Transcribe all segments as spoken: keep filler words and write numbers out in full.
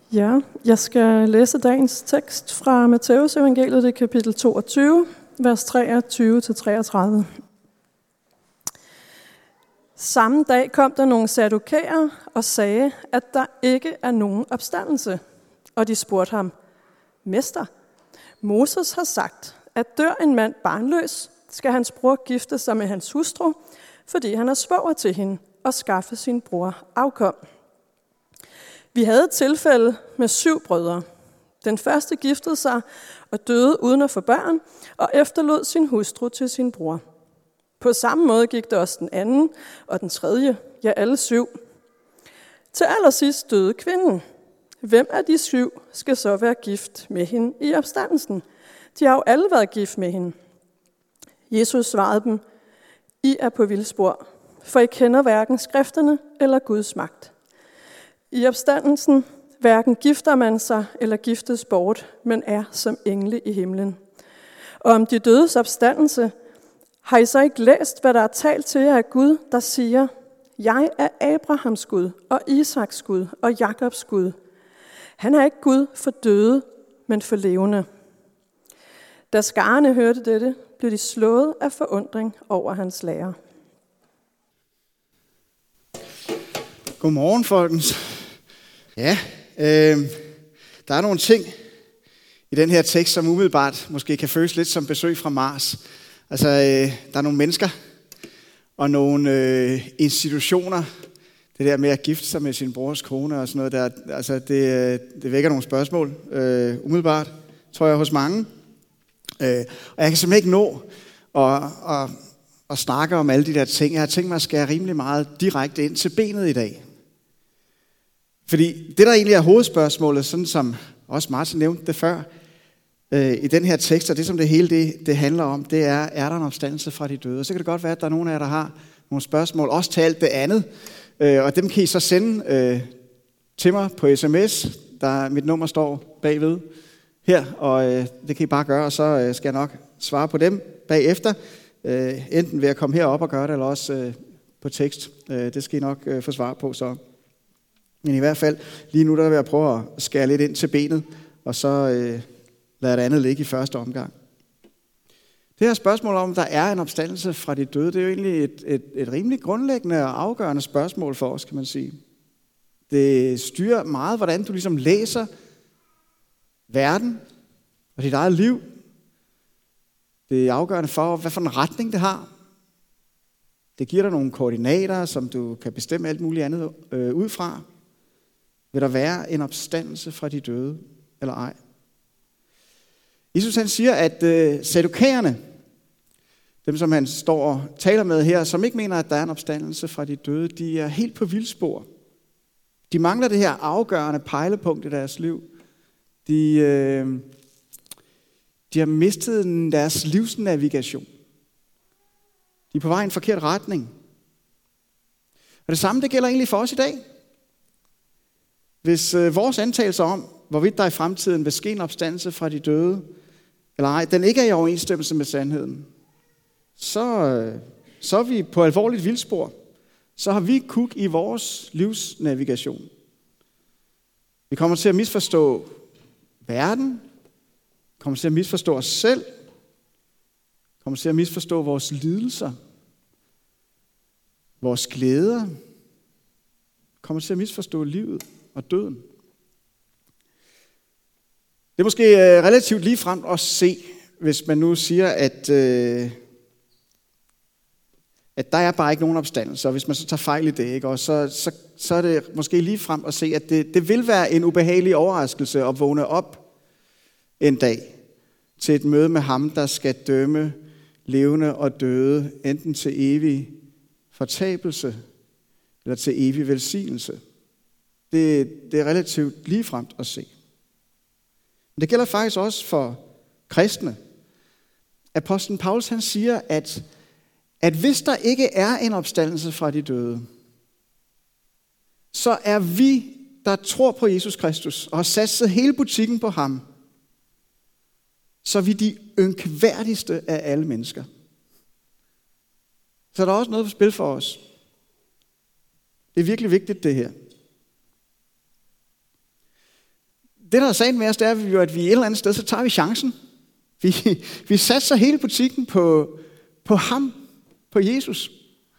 Ja, jeg skal læse dagens tekst fra Matteus evangeliet, det er kapitel toogtyve, vers treogtyve til treogtredive. Samme dag kom der nogle saddukerer og sagde, at der ikke er nogen opstandelse. Og de spurgte ham, Mester, Moses har sagt, at dør en mand barnløs, skal hans bror gifte sig med hans hustru, fordi han er svoger til hende, og skaffe sin bror afkom. Vi havde et tilfælde med syv brødre. Den første giftede sig og døde uden at få børn, og efterlod sin hustru til sin bror. På samme måde gik det også den anden og den tredje, ja alle syv. Til allersidst døde kvinden. Hvem af de syv skal så være gift med hende i opstandelsen? De har jo alle været gift med hende. Jesus svarede dem, I er på vildspor, for I kender hverken skrifterne eller Guds magt. I opstandelsen hverken gifter man sig eller giftes bort, men er som engle i himlen. Og om de dødes opstandelse, har I så ikke læst, hvad der er talt til jer af Gud, der siger, jeg er Abrahams Gud, og Isaks Gud, og Jakobs Gud. Han er ikke Gud for døde, men for levende. Da skarne hørte dette, blev de slået af forundring over hans lære. Godmorgen, folkens. Ja, øh, der er nogle ting i den her tekst, som umiddelbart måske kan føles lidt som besøg fra Mars. Altså, øh, der er nogle mennesker og nogle øh, institutioner. Det der med at gifte sig med sin brors kone og sådan noget, der, altså det, det vækker nogle spørgsmål øh, umiddelbart, tror jeg, hos mange. Øh, og jeg kan simpelthen ikke nå at, at, at snakke om alle de der ting. Jeg har tænkt mig at skære rimelig meget direkte ind til benet i dag. Fordi det, der egentlig er hovedspørgsmålet, sådan som også Martin nævnte det før, øh, i den her tekst, og det som det hele det, det handler om, det er, er der en opstandelse fra de døde? Og så kan det godt være, at der er nogen af jer, der har nogle spørgsmål, også til alt det andet. Øh, og dem kan I så sende øh, til mig på sms. Der, mit nummer står bagved her, og øh, det kan I bare gøre, og så øh, skal jeg nok svare på dem bagefter. Øh, enten ved at komme herop og gøre det, eller også øh, på tekst. Øh, det skal I nok øh, få svar på så. Men i hvert fald, lige nu der vil jeg prøve at skære lidt ind til benet, og så øh, lade det andet ligge i første omgang. Det her spørgsmål om, der er en opstandelse fra de døde, det er jo egentlig et, et, et rimelig grundlæggende og afgørende spørgsmål for os, kan man sige. Det styrer meget, hvordan du ligesom læser verden og dit eget liv. Det er afgørende for, hvad for en retning det har. Det giver dig nogle koordinater, som du kan bestemme alt muligt andet øh, ud fra. Vil der være en opstandelse fra de døde, eller ej? Jesus han siger, at øh, saddukæerne, dem som han står og taler med her, som ikke mener, at der er en opstandelse fra de døde, de er helt på vildspor. De mangler det her afgørende pejlepunkt i deres liv. De, øh, de har mistet deres livsnavigation. De er på vej i en forkert retning. Og det samme det gælder egentlig for os i dag. Hvis øh, vores antagelser om, hvorvidt der i fremtiden vil ske en opstandelse fra de døde, eller ej, den ikke er i overensstemmelse med sandheden, så, øh, så er vi på alvorligt vildspor. Så har vi kuk i vores livsnavigation. Vi kommer til at misforstå verden, kommer til at misforstå os selv, kommer til at misforstå vores lidelser, vores glæder, kommer til at misforstå livet og døden. Det er måske øh, relativt ligefrem at se, hvis man nu siger, at, øh, at der er bare ikke nogen opstandelse, og hvis man så tager fejl i det, ikke? Og så, så, så er det måske ligefrem at se, at det, det vil være en ubehagelig overraskelse at vågne op en dag til et møde med ham, der skal dømme levende og døde, enten til evig fortabelse eller til evig velsignelse. Det, det er relativt ligefremt at se. Men det gælder faktisk også for kristne. Apostlen Paulus han siger, at, at hvis der ikke er en opstandelse fra de døde, så er vi, der tror på Jesus Kristus og har satset hele butikken på ham, så er vi de ynkværdigste af alle mennesker. Så der er også noget på spil for os. Det er virkelig vigtigt det her. det, der er sagen med os, det er jo, at vi et eller andet sted, så tager vi chancen. Vi, vi satser hele butikken på, på ham, på Jesus.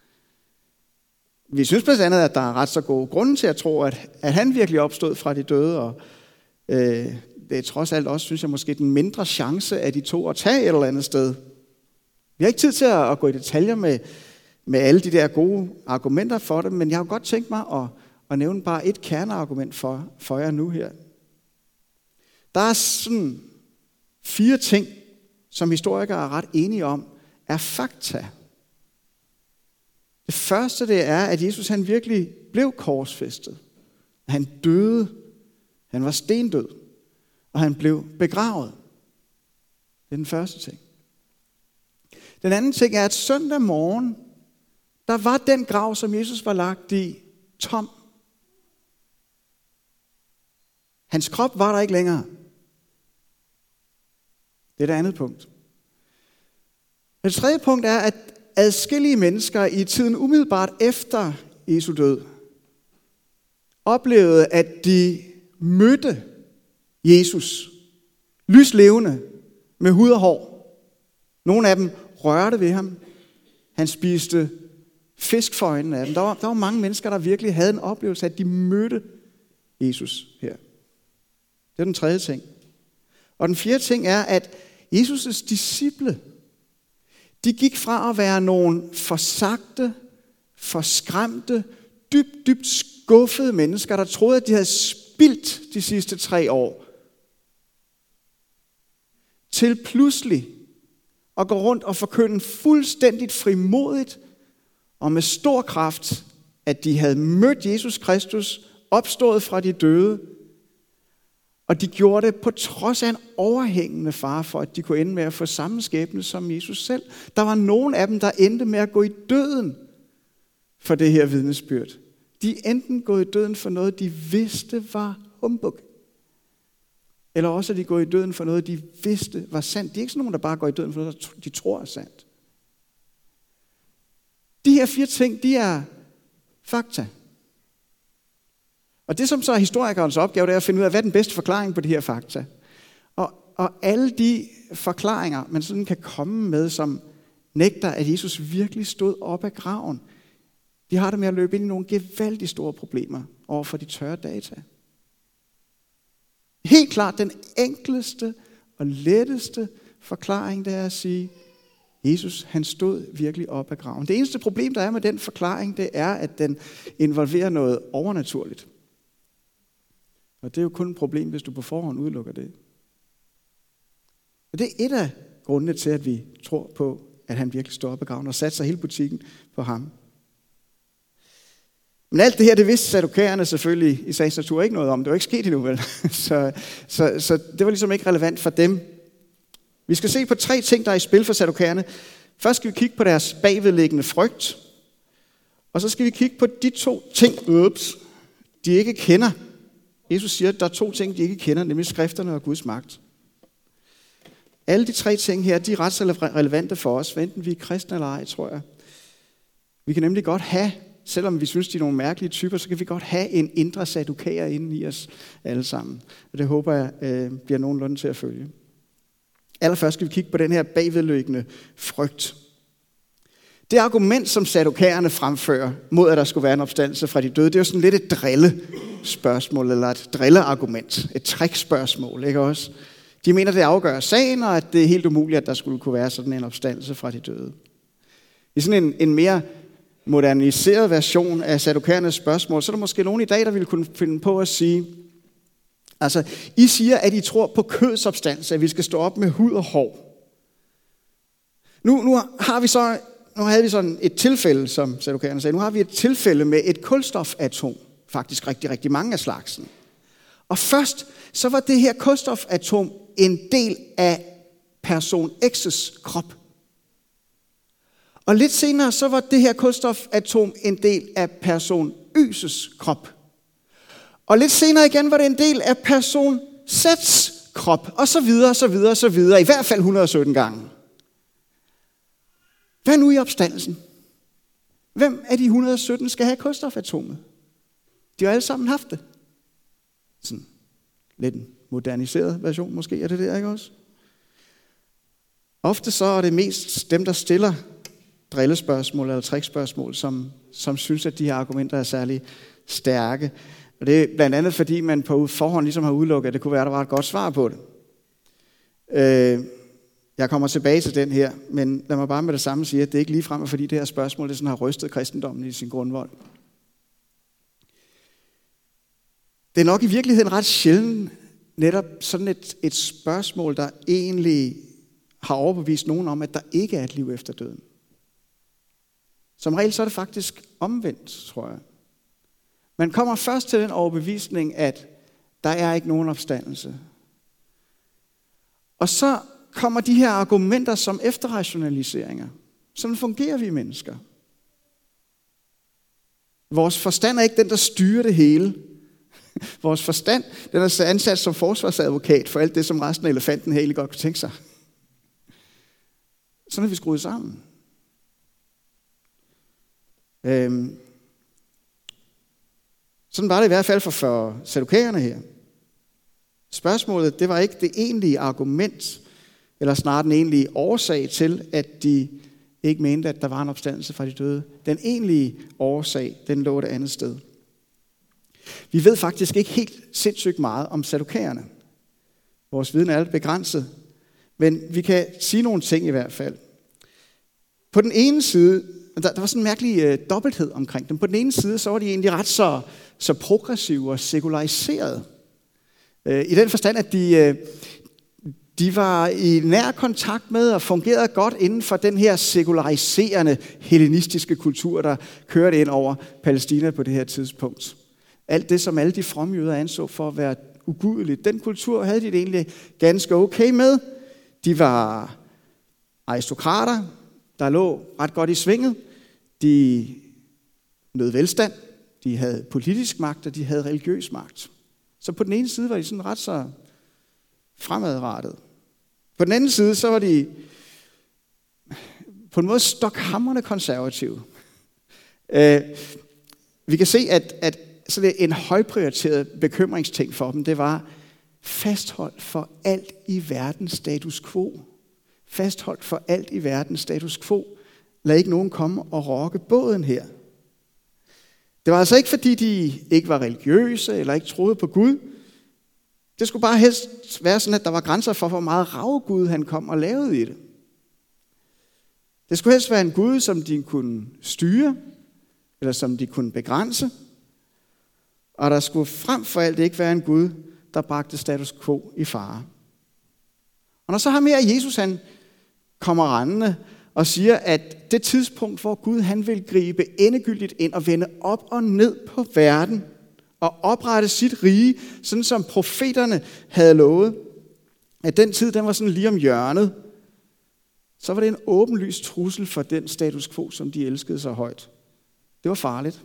Vi synes blandt andet, at der er ret så gode grunde til at tro, at, at han virkelig opstod fra de døde, og øh, det er trods alt også, synes jeg, måske den mindre chance af de to at tage et eller andet sted. Vi har ikke tid til at, at gå i detaljer med, med alle de der gode argumenter for det, men jeg har godt tænkt mig at, at nævne bare et kerneargument for, for jer nu her. Der er sådan fire ting, som historikere er ret enige om, er fakta. Det første, det er, at Jesus han virkelig blev korsfæstet. Han døde. Han var stendød. Og han blev begravet. Det er den første ting. Den anden ting er, at søndag morgen, der var den grav, som Jesus var lagt i, tom. Hans krop var der ikke længere. Det er det andet punkt. Det tredje punkt er, at adskillige mennesker i tiden umiddelbart efter Jesu død oplevede, at de mødte Jesus lyslevende med hud og hår. Nogle af dem rørte ved ham. Han spiste fisk for øjnene af dem. Der var, der var mange mennesker, der virkelig havde en oplevelse af, at de mødte Jesus her. Det er den tredje ting. Og den fjerde ting er, at Jesus' disciple, de gik fra at være nogle forsagte, forskræmte, dybt, dybt skuffede mennesker, der troede, at de havde spildt de sidste tre år, til pludselig at gå rundt og forkynde fuldstændigt frimodigt og med stor kraft, at de havde mødt Jesus Kristus, opstået fra de døde, og de gjorde det på trods af en overhængende fare for, at de kunne ende med at få samme skæbne som Jesus selv. Der var nogen af dem, der endte med at gå i døden for det her vidnesbyrd. De enten gået i døden for noget, de vidste var humbug, eller også er de gået i døden for noget, de vidste var sandt. De er ikke sådan nogen, der bare går i døden for noget, de tror er sandt. De her fire ting, de er fakta. Og det, som så er historikernes opgave, det er at finde ud af, hvad er den bedste forklaring på de her fakta. Og, og alle de forklaringer, man sådan kan komme med, som nægter, at Jesus virkelig stod op af graven, de har det med at løbe ind i nogle gevaldigt store problemer over for de tørre data. Helt klart den enkleste og letteste forklaring, det er at sige, Jesus, han stod virkelig op af graven. Det eneste problem, der er med den forklaring, det er, at den involverer noget overnaturligt. Og det er jo kun et problem, hvis du på forhånd udelukker det. Og det er et af grundene til, at vi tror på, at han virkelig står op af graven og satser hele butikken på ham. Men alt det her, det vidste sadukæerne selvfølgelig i sagens natur ikke noget om. Det var ikke sket endnu, vel? Så, så, så det var ligesom ikke relevant for dem. Vi skal se på tre ting, der er i spil for sadukæerne. Først skal vi kigge på deres bagvedliggende frygt. Og så skal vi kigge på de to ting, ups, de ikke kender. Jesus siger, at der er to ting, de ikke kender, nemlig skrifterne og Guds magt. Alle de tre ting her, de er ret relevante for os, enten vi er kristne eller ej, tror jeg. Vi kan nemlig godt have, selvom vi synes, de er nogle mærkelige typer, så kan vi godt have en indre sadukæer inde i os alle sammen. Og det håber jeg øh, bliver nogenlunde til at følge. Allerførst skal vi kigge på den her bagvedliggende frygt. Det argument, som sadukæerne fremfører mod, at der skulle være en opstandelse fra de døde, det er jo sådan lidt et drillespørgsmål, eller et drilleargument, et trickspørgsmål, ikke også? De mener, det afgør sagen, og at det er helt umuligt, at der skulle kunne være sådan en opstandelse fra de døde. I sådan en, en mere moderniseret version af sadukæernes spørgsmål, så er der måske nogen i dag, der ville kunne finde på at sige, altså, I siger, at I tror på kødsopstandelse, at vi skal stå op med hud og hår. Nu, nu har vi så, nu havde vi sådan et tilfælde, som sadukæerne sagde, nu har vi et tilfælde med et kulstofatom, faktisk rigtig, rigtig mange af slagsen. Og først, så var det her kulstofatom en del af person X's krop. Og lidt senere, så var det her kulstofatom en del af person Y's krop. Og lidt senere igen var det en del af person Z's krop, og så videre, så videre, så videre, i hvert fald et hundrede og sytten gange. Hvad nu i opstandelsen? Hvem af de et hundrede og sytten skal have kulstofatomet? De har alle sammen haft det. Sådan. lidt en moderniseret version måske, er det det, ikke også? Ofte så er det mest dem, der stiller drillespørgsmål eller trickspørgsmål, som, som synes, at de her argumenter er særlig stærke. Og det er blandt andet, fordi man på forhånd ligesom har udelukket, at det kunne være, at der var et godt svar på det. Øh, jeg kommer tilbage til den her, men lad mig bare med det samme sige, at det ikke ligefrem er, fordi det her spørgsmål det sådan har rystet kristendommen i sin grundvold. Det er nok i virkeligheden ret sjældent, netop sådan et, et spørgsmål, der egentlig har overbevist nogen om, at der ikke er et liv efter døden. Som regel så er det faktisk omvendt, tror jeg. Man kommer først til den overbevisning, at der er ikke nogen opstandelse. Og så kommer de her argumenter som efterrationaliseringer. Sådan fungerer vi mennesker. Vores forstand er ikke den, der styrer det hele. Vores forstand, den er ansat som forsvarsadvokat for alt det, som resten af elefanten her egentlig godt kunne tænke sig. Sådan er vi skruet sammen. Øhm. Sådan var det i hvert fald for, for saddukeerne her. Spørgsmålet, det var ikke det egentlige argument, eller snarere den egentlige årsag til, at de ikke mente, at der var en opstandelse fra de døde. Den egentlige årsag, den lå et andet sted. Vi ved faktisk ikke helt sindssygt meget om saddukeerne. Vores viden er lidt begrænset, men vi kan sige nogle ting i hvert fald. På den ene side, der, der var sådan en mærkelig øh, dobbelthed omkring dem. På den ene side, så var de egentlig ret så, så progressive og sekulariserede. Øh, I den forstand, at de, øh, de var i nær kontakt med og fungerede godt inden for den her sekulariserende hellenistiske kultur, der kørte ind over Palæstina på det her tidspunkt. Alt det, som alle de fromme jøder anså for at være ugudeligt, den kultur havde de det egentlig ganske okay med. De var aristokrater, der lå ret godt i svinget. De nød velstand, de havde politisk magt, og de havde religiøs magt. Så på den ene side var de sådan ret så fremadrettet. På den anden side, så var de på en måde stokhamrende konservative. Øh, vi kan se, at, at sådan en højprioriteret bekymringsting for dem, det var fastholdt for alt i verden status quo. Fastholdt for alt i verden status quo. Lad ikke nogen komme og rokke båden her. Det var altså ikke, fordi de ikke var religiøse eller ikke troede på Gud. Det skulle bare helst være sådan, at der var grænser for, hvor meget ravgud han kom og lavede i det. Det skulle helst være en Gud, som de kunne styre, eller som de kunne begrænse. Og der skulle frem for alt ikke være en Gud, der bragte status quo i fare. Og når så har mere Jesus, han kommer rendende og siger, at det tidspunkt, hvor Gud han vil gribe endegyldigt ind og vende op og ned på verden og oprette sit rige, sådan som profeterne havde lovet, at den tid, den var sådan lige om hjørnet, så var det en åbenlys trussel for den status quo, som de elskede så højt. Det var farligt.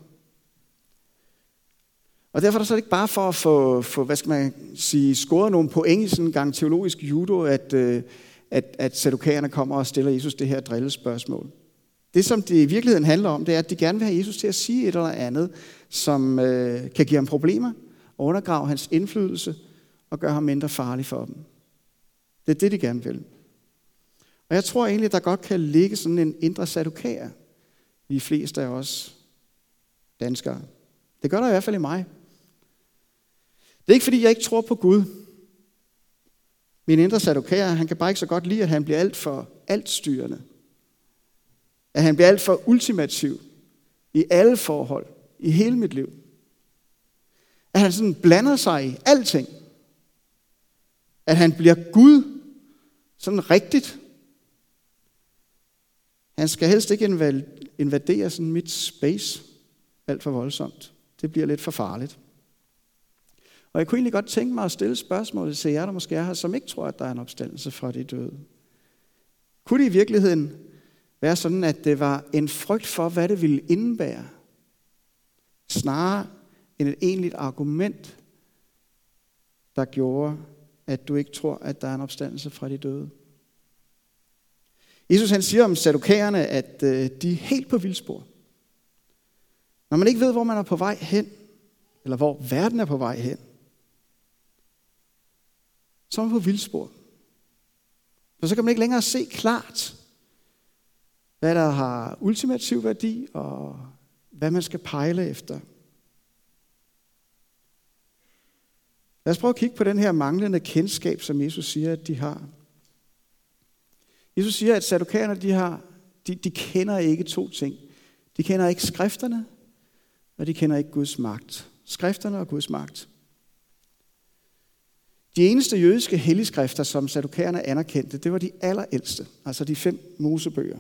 Og derfor er det så ikke bare for at få, få hvad skal man sige, scoret nogle point i sådan en gang teologisk judo, at, at, at saddukeerne kommer og stiller Jesus det her drillespørgsmål. Det, som det i virkeligheden handler om, det er, at de gerne vil have Jesus til at sige et eller andet, som øh, kan give ham problemer, og undergrave hans indflydelse og gøre ham mindre farlig for dem. Det er det, de gerne vil. Og jeg tror egentlig, at der godt kan ligge sådan en indre saddukæer i de fleste af os danskere. Det gør der i hvert fald i mig. Det er ikke, fordi jeg ikke tror på Gud. Min indre saddukæer, han kan bare ikke så godt lide, at han bliver alt for altstyrende. At han bliver alt for ultimativ i alle forhold, i hele mit liv. At han sådan blander sig i alting. At han bliver Gud sådan rigtigt. Han skal helst ikke invadere sådan mit space alt for voldsomt. Det bliver lidt for farligt. Og jeg kunne egentlig godt tænke mig at stille spørgsmålet til jer, der måske er her, som ikke tror, at der er en opstandelse fra de døde. Kunne det i virkeligheden være sådan, at det var en frygt for, hvad det ville indebære, snarere end et egentligt argument, der gjorde, at du ikke tror, at der er en opstandelse fra de døde? Jesus han siger om saddukæerne, at de er helt på vildspor. Når man ikke ved, hvor man er på vej hen, eller hvor verden er på vej hen, så er man på vildspor. For så kan man ikke længere se klart, hvad der har ultimativ værdi, og hvad man skal pejle efter. Lad os prøve at kigge på den her manglende kendskab, som Jesus siger, at de har. Jesus siger, at saddukaerne, de, har, de, de kender ikke to ting. De kender ikke skrifterne, og de kender ikke Guds magt. Skrifterne og Guds magt. De eneste jødiske helligskrifter, som saddukaerne anerkendte, det var de allerældste, altså de fem mosebøger.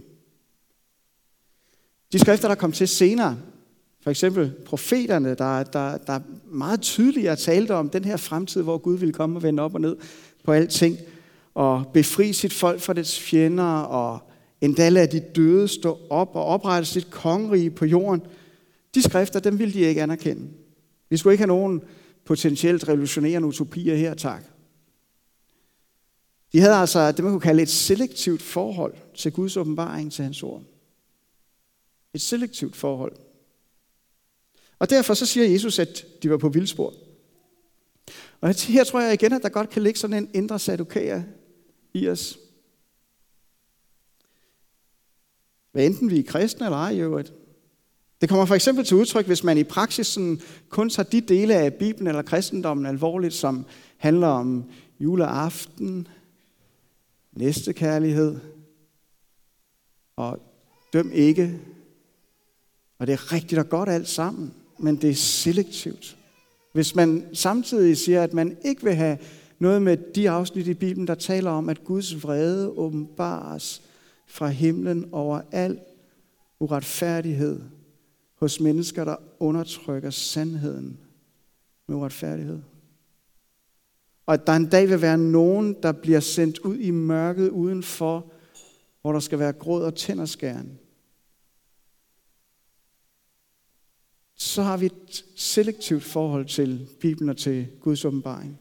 De skrifter, der kom til senere, for eksempel profeterne, der, der, der meget tydeligere talte om den her fremtid, hvor Gud ville komme og vende op og ned på alting, og befri sit folk fra dets fjender, og endda lade de døde stå op og oprette sit kongerige på jorden. De skrifter, dem ville de ikke anerkende. Vi skulle ikke have nogen potentielt revolutionerende utopier her, tak. De havde altså det, man kunne kalde et selektivt forhold til Guds åbenbaring til hans ord. Et selektivt forhold. Og derfor så siger Jesus, at de var på vildspor. Og her tror jeg igen, at der godt kan ligge sådan en indre saddukæer i os. Hvad enten vi er kristne eller ej i øvrigt. Det kommer for eksempel til udtryk, hvis man i praksis sådan kun tager de dele af Bibelen eller kristendommen alvorligt, som handler om juleaften, næstekærlighed og døm ikke. Og det er rigtigt og godt alt sammen, men det er selektivt. Hvis man samtidig siger, at man ikke vil have noget med de afsnit i Bibelen, der taler om, at Guds vrede åbenbares fra himlen over al uretfærdighed hos mennesker, der undertrykker sandheden med uretfærdighed. Og at der en dag vil være nogen, der bliver sendt ud i mørket udenfor, hvor der skal være gråd og tænderskæren. Så har vi et selektivt forhold til Bibelen og til Guds åbenbaring.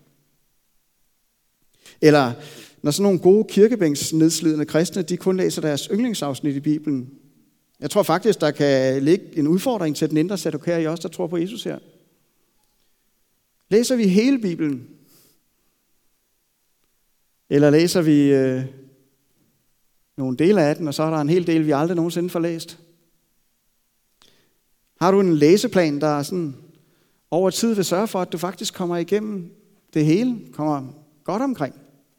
Eller når sådan nogle gode kirkebænksnedslidende kristne, de kun læser deres yndlingsafsnit i Bibelen. Jeg tror faktisk, der kan ligge en udfordring til den indre saddukæer i os, der tror på Jesus her. Læser vi hele Bibelen? Eller læser vi øh, nogle dele af den, og så er der en hel del, vi aldrig nogensinde får læst? Har du en læseplan, der sådan over tid vil sørge for, at du faktisk kommer igennem det hele, kommer godt omkring?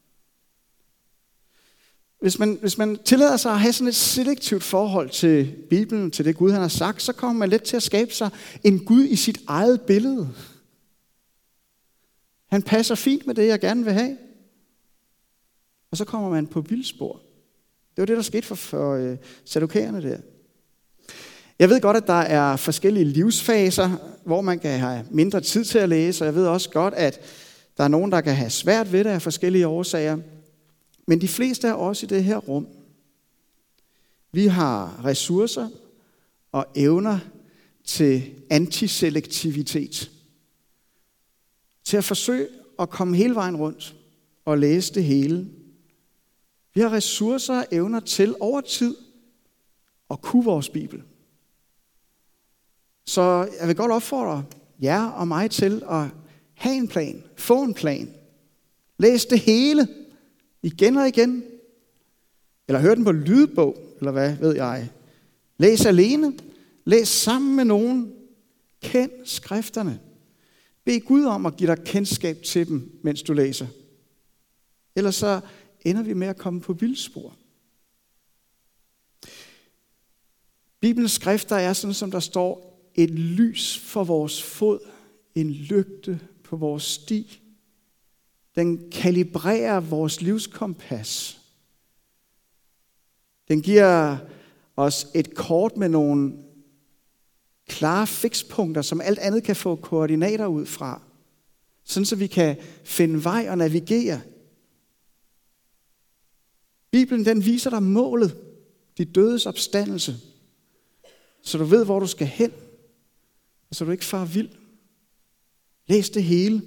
Hvis man, hvis man tillader sig at have sådan et selektivt forhold til Bibelen, til det Gud han har sagt, så kommer man let til at skabe sig en Gud i sit eget billede. Han passer fint med det, jeg gerne vil have. Og så kommer man på vildspor. Det var det, der skete for, for uh, saddukæerne der. Jeg ved godt, at der er forskellige livsfaser, hvor man kan have mindre tid til at læse, og jeg ved også godt, at der er nogen, der kan have svært ved det af forskellige årsager. Men de fleste af os i det her rum, vi har ressourcer og evner til antiselektivitet. Til at forsøge at komme hele vejen rundt og læse det hele. Vi har ressourcer og evner til over tid at kunne vores Bibel. Så jeg vil godt opfordre jer og mig til at have en plan, få en plan. Læs det hele igen og igen. Eller hør den på lydbog, eller hvad ved jeg. Læs alene. Læs sammen med nogen. Kend skrifterne. Bed Gud om at give dig kendskab til dem, mens du læser. Ellers så ender vi med at komme på vildspor. Bibelens skrifter er sådan, som der står, et lys for vores fod, en lygte på vores sti. Den kalibrerer vores livskompas. Den giver os et kort med nogle klare fikspunkter, som alt andet kan få koordinater ud fra. Sådan så vi kan finde vej og navigere. Bibelen den viser dig målet, de dødes opstandelse, så du ved, hvor du skal hen, og så du ikke farer vild. Læs det hele.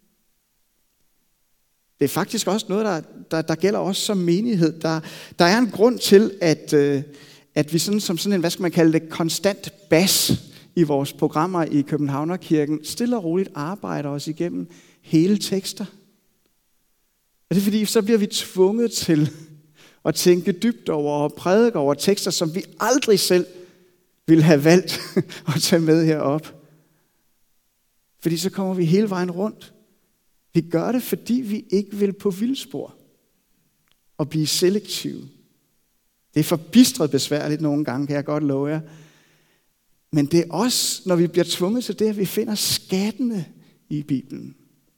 Det er faktisk også noget, der, der, der gælder os som menighed. Der, der er en grund til, at, øh, at vi sådan, som sådan en, hvad skal man kalde det, konstant bas i vores programmer i Københavnerkirken, stille og roligt arbejder os igennem hele tekster. Er det fordi, så bliver vi tvunget til at tænke dybt over og prædike over tekster, som vi aldrig selv ville have valgt at tage med herop. Fordi så kommer vi hele vejen rundt. Vi gør det, fordi vi ikke vil på vildspor og blive selektive. Det er forbistret besværligt nogle gange, kan jeg godt love jer. Men det er også, når vi bliver tvunget til det, at vi finder skattene i Bibelen.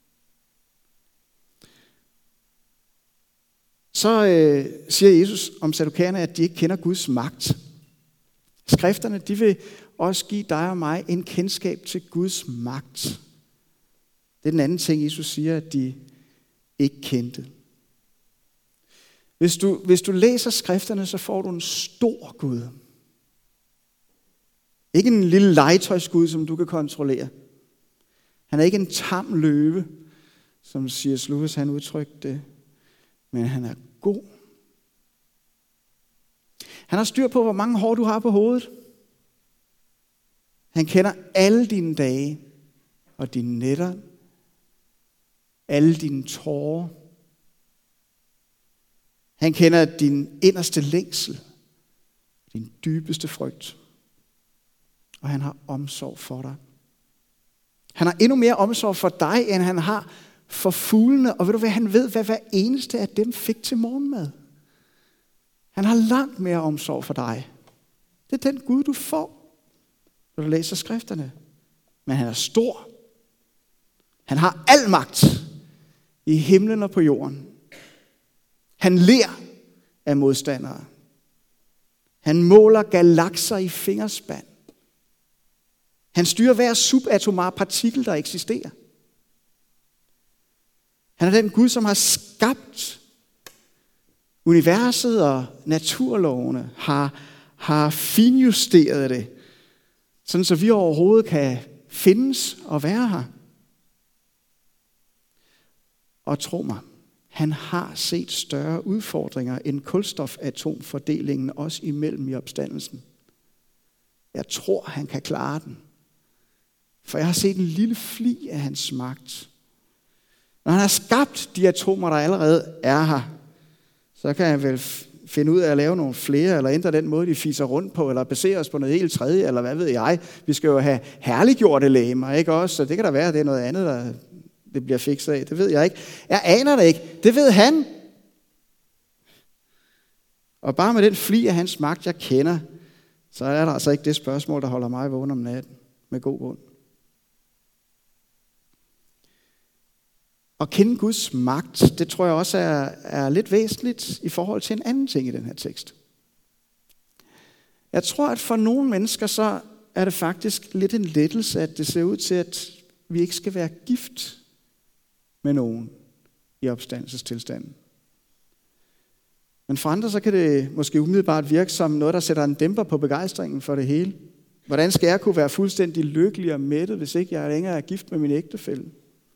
Så øh, siger Jesus om saddukæerne, at de ikke kender Guds magt. Skrifterne, de vil også give dig og mig en kendskab til Guds magt. Det er den anden ting, Jesus siger, at de ikke kendte. Hvis du, hvis du læser skrifterne, så får du en stor Gud. Ikke en lille legetøjsgud, som du kan kontrollere. Han er ikke en tam løve, som C S Lewis han udtrykte det. Men han er god. Han har styr på, hvor mange hår du har på hovedet. Han kender alle dine dage og dine nætter. Alle dine tårer. Han kender din inderste længsel. Din dybeste frygt. Og han har omsorg for dig. Han har endnu mere omsorg for dig, end han har for fuglene. Og ved du hvad, han ved, hvad hver eneste af dem fik til morgenmad. Han har langt mere omsorg for dig. Det er den Gud, du får, når du læser skrifterne. Men han er stor. Han har al magt i himlen og på jorden. Han ler af modstandere. Han måler galakser i fingerspand. Han styrer hver subatomar partikel, der eksisterer. Han er den Gud, som har skabt universet og naturlovene, har, har finjusteret det, sådan så vi overhovedet kan findes og være her. Og tro mig, han har set større udfordringer end kulstofatomfordelingen os imellem i opstandelsen. Jeg tror, han kan klare den. For jeg har set en lille fli af hans magt. Når han har skabt de atomer, der allerede er her, så kan han vel finde ud af at lave nogle flere, eller ændre den måde, de fiser rundt på, eller basere os på noget helt tredje, eller hvad ved jeg. Vi skal jo have herliggjorte legemer, ikke også? Så det kan da være, at det er noget andet, der det bliver fikset af. Det ved jeg ikke. Jeg aner det ikke. Det ved han. Og bare med den fli af hans magt, jeg kender, så er der altså ikke det spørgsmål, der holder mig vågen om natten med god grund. At kende Guds magt, det tror jeg også er, er lidt væsentligt i forhold til en anden ting i den her tekst. Jeg tror, at for nogle mennesker, så er det faktisk lidt en lettelse, at det ser ud til, at vi ikke skal være gift med nogen i opstandelsestilstanden. Men for andre, så kan det måske umiddelbart virke som noget, der sætter en dæmper på begejstringen for det hele. Hvordan skal jeg kunne være fuldstændig lykkelig og mættet, hvis ikke jeg længere er gift med min ægtefælle?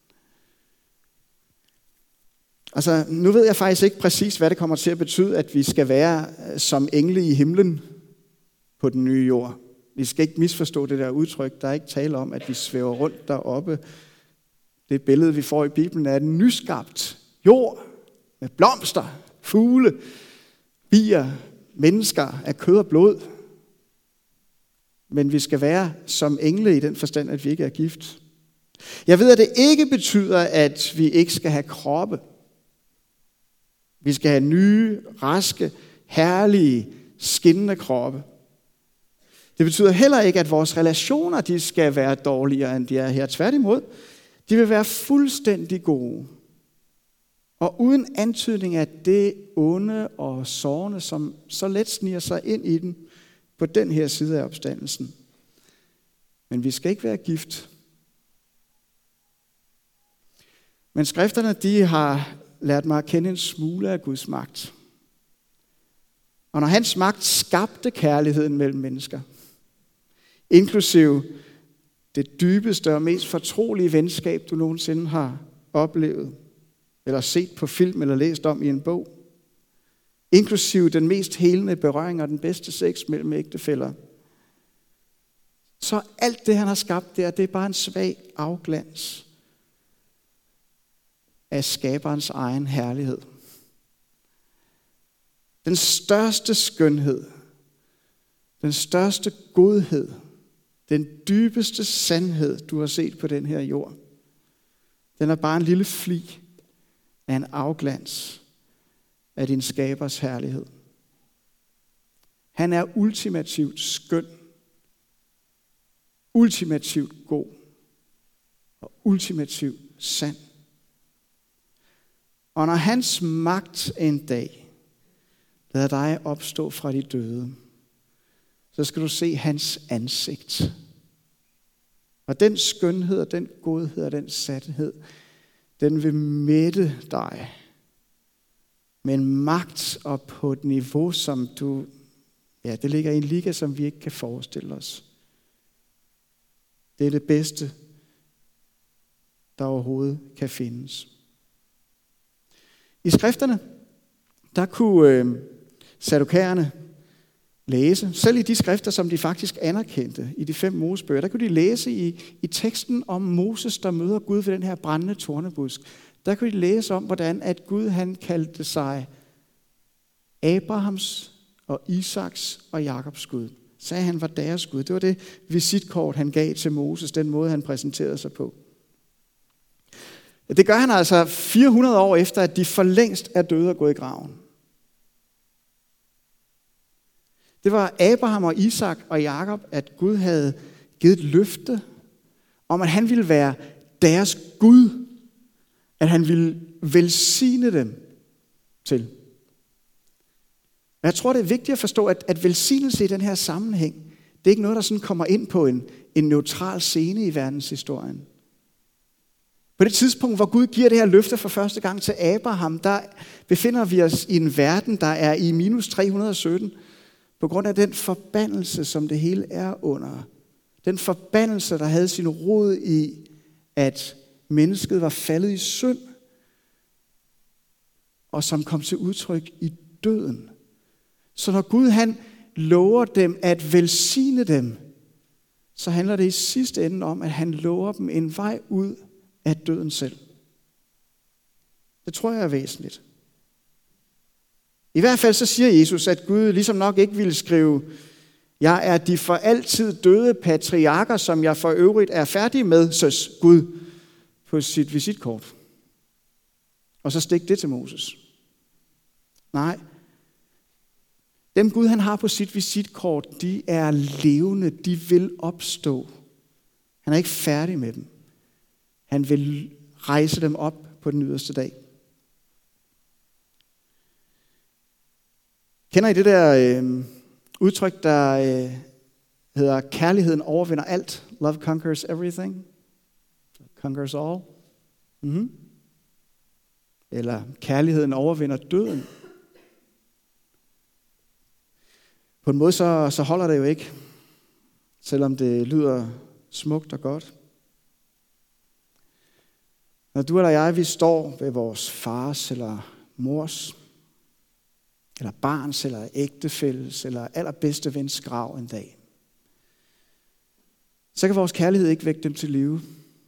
Altså, nu ved jeg faktisk ikke præcis, hvad det kommer til at betyde, at vi skal være som engle i himlen på den nye jord. Vi skal ikke misforstå det der udtryk. Der er ikke tale om, at vi svæver rundt deroppe. Det billede, vi får i Bibelen, er en nyskabt jord med blomster, fugle, bier, mennesker af kød og blod. Men vi skal være som engle i den forstand, at vi ikke er gift. Jeg ved, at det ikke betyder, at vi ikke skal have kroppe. Vi skal have nye, raske, herlige, skinnende kroppe. Det betyder heller ikke, at vores relationer de skal være dårligere, end de er her. Tværtimod, de vil være fuldstændig gode. Og uden antydning af det onde og sårende, som så let sniger sig ind i den på den her side af opstandelsen. Men vi skal ikke være gift. Men skrifterne, de har lært mig at kende en smule af Guds magt. Og når hans magt skabte kærligheden mellem mennesker, inklusive det dybeste og mest fortrolige venskab, du nogensinde har oplevet, eller set på film, eller læst om i en bog, inklusive den mest helende berøring og den bedste sex mellem ægtefæller, så alt det, han har skabt der, det er bare en svag afglans af af skaberens egen herlighed. Den største skønhed, den største godhed, den dybeste sandhed, du har set på den her jord, den er bare en lille flig af en afglans af din skabers herlighed. Han er ultimativt skøn, ultimativt god og ultimativt sand. Og når hans magt en dag lader dig opstå fra de døde, så skal du se hans ansigt. Og den skønhed og den godhed og den sandhed, den vil mætte dig med en magt og på et niveau, som du, ja, det ligger i en liga, som vi ikke kan forestille os. Det er det bedste, der overhovedet kan findes. I skrifterne, der kunne øh, sadukæerne læse, selv i de skrifter, som de faktisk anerkendte, i de fem Mosebøger, der kunne de læse i, i teksten om Moses, der møder Gud ved den her brændende tornebusk. Der kunne de læse om, hvordan at Gud han kaldte sig Abrahams og Isaks og Jakobs Gud. Sagde han var deres Gud. Det var det visitkort, han gav til Moses, den måde, han præsenterede sig på. Det gør han altså fire hundrede år efter, at de for længst er døde og gået i graven. Det var Abraham og Isak og Jakob, at Gud havde givet et løfte om, at han ville være deres Gud. At han ville velsigne dem til. Men jeg tror, det er vigtigt at forstå, at, at velsignelse i den her sammenhæng, det er ikke noget, der sådan kommer ind på en, en neutral scene i verdenshistorien. På det tidspunkt, hvor Gud giver det her løfte for første gang til Abraham, der befinder vi os i en verden, der er i minus tre hundrede og sytten, på grund af den forbandelse, som det hele er under. Den forbandelse, der havde sin rod i, at mennesket var faldet i synd, og som kom til udtryk i døden. Så når Gud han lover dem at velsigne dem, så handler det i sidste ende om, at han lover dem en vej ud af døden selv. Det tror jeg er væsentligt. I hvert fald så siger Jesus, at Gud ligesom nok ikke ville skrive, jeg er de for altid døde patriarker, som jeg for øvrigt er færdig med, søs Gud, på sit visitkort. Og så stik det til Moses. Nej. Dem Gud han har på sit visitkort, de er levende, de vil opstå. Han er ikke færdig med dem. Han vil rejse dem op på den yderste dag. Kender I det der øh, udtryk, der øh, hedder, kærligheden overvinder alt? Love conquers everything. Conquers all. Mm-hmm. Eller kærligheden overvinder døden. På en måde så, så holder det jo ikke, selvom det lyder smukt og godt. Når du eller jeg, vi står ved vores fars eller mors, eller barns, eller ægtefælles, eller allerbedste vens grav en dag, så kan vores kærlighed ikke vække dem til live.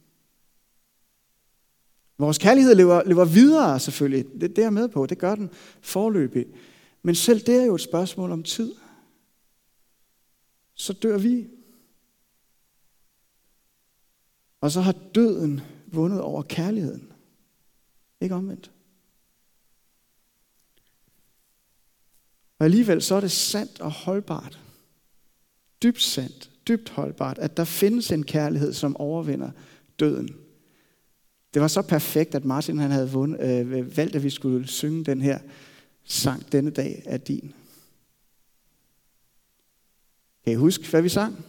Vores kærlighed lever, lever videre selvfølgelig, det, det er jeg med på, det gør den foreløbig. Men selv det er jo et spørgsmål om tid. Så dør vi. Og så har døden vundet over kærligheden. Ikke omvendt. Og alligevel så er det sandt og holdbart. Dybt sandt, dybt holdbart, at der findes en kærlighed, som overvinder døden. Det var så perfekt, at Martin han havde vundet, øh, valgt, at vi skulle synge den her sang, denne dag er din. Kan I huske, hvad vi sang?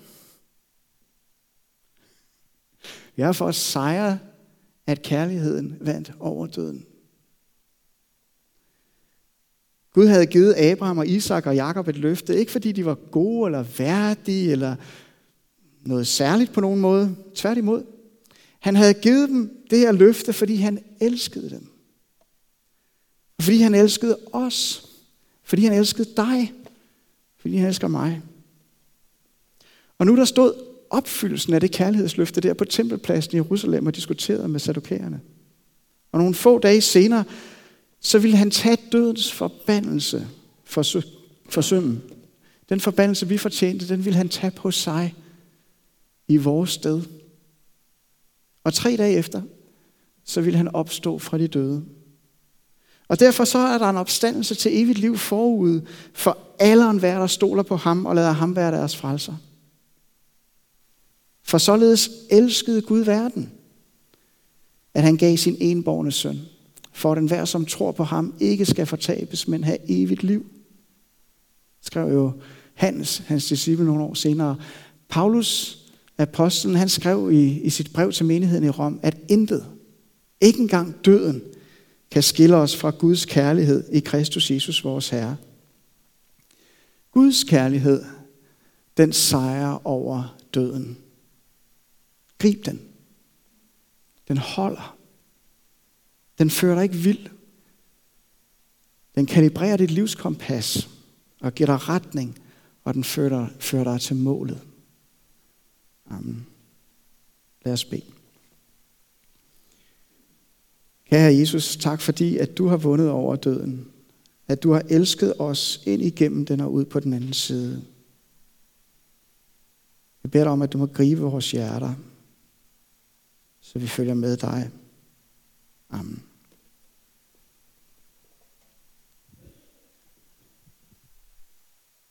Vi er for at sejre, at kærligheden vandt over døden. Gud havde givet Abraham og Isak og Jakob et løfte, ikke fordi de var gode eller værdige eller noget særligt på nogen måde. Tværtimod. Han havde givet dem det her løfte, fordi han elskede dem. Fordi han elskede os. Fordi han elskede dig. Fordi han elsker mig. Og nu der stod opfyldelsen af det kærlighedsløfte der på tempelpladsen i Jerusalem og diskuterede med sadukæerne. Og nogle få dage senere, så ville han tage dødens forbandelse for, for synden. Den forbandelse, vi fortjente, den ville han tage på sig i vores sted. Og tre dage efter, så ville han opstå fra de døde. Og derfor så er der en opstandelse til evigt liv forude for alle og enhver, der stoler på ham og lader ham være deres frelser. For således elskede Gud verden, at han gav sin enbårne søn, for at enhver, som tror på ham, ikke skal fortabes, men have evigt liv. Skrev jo Hans, hans disciple, nogle år senere. Paulus, apostlen, han skrev i, i sit brev til menigheden i Rom, at intet, ikke engang døden, kan skille os fra Guds kærlighed i Kristus Jesus, vores Herre. Guds kærlighed, den sejrer over døden. Grib den. Den holder. Den fører dig ikke vild. Den kalibrerer dit livskompas og giver dig retning, og den fører dig, fører dig til målet. Amen. Lad os bede. Kære Jesus, tak fordi, at du har vundet over døden. At du har elsket os ind igennem den og ud på den anden side. Jeg beder dig om, at du må gribe vores hjerter, så vi følger med dig. Amen.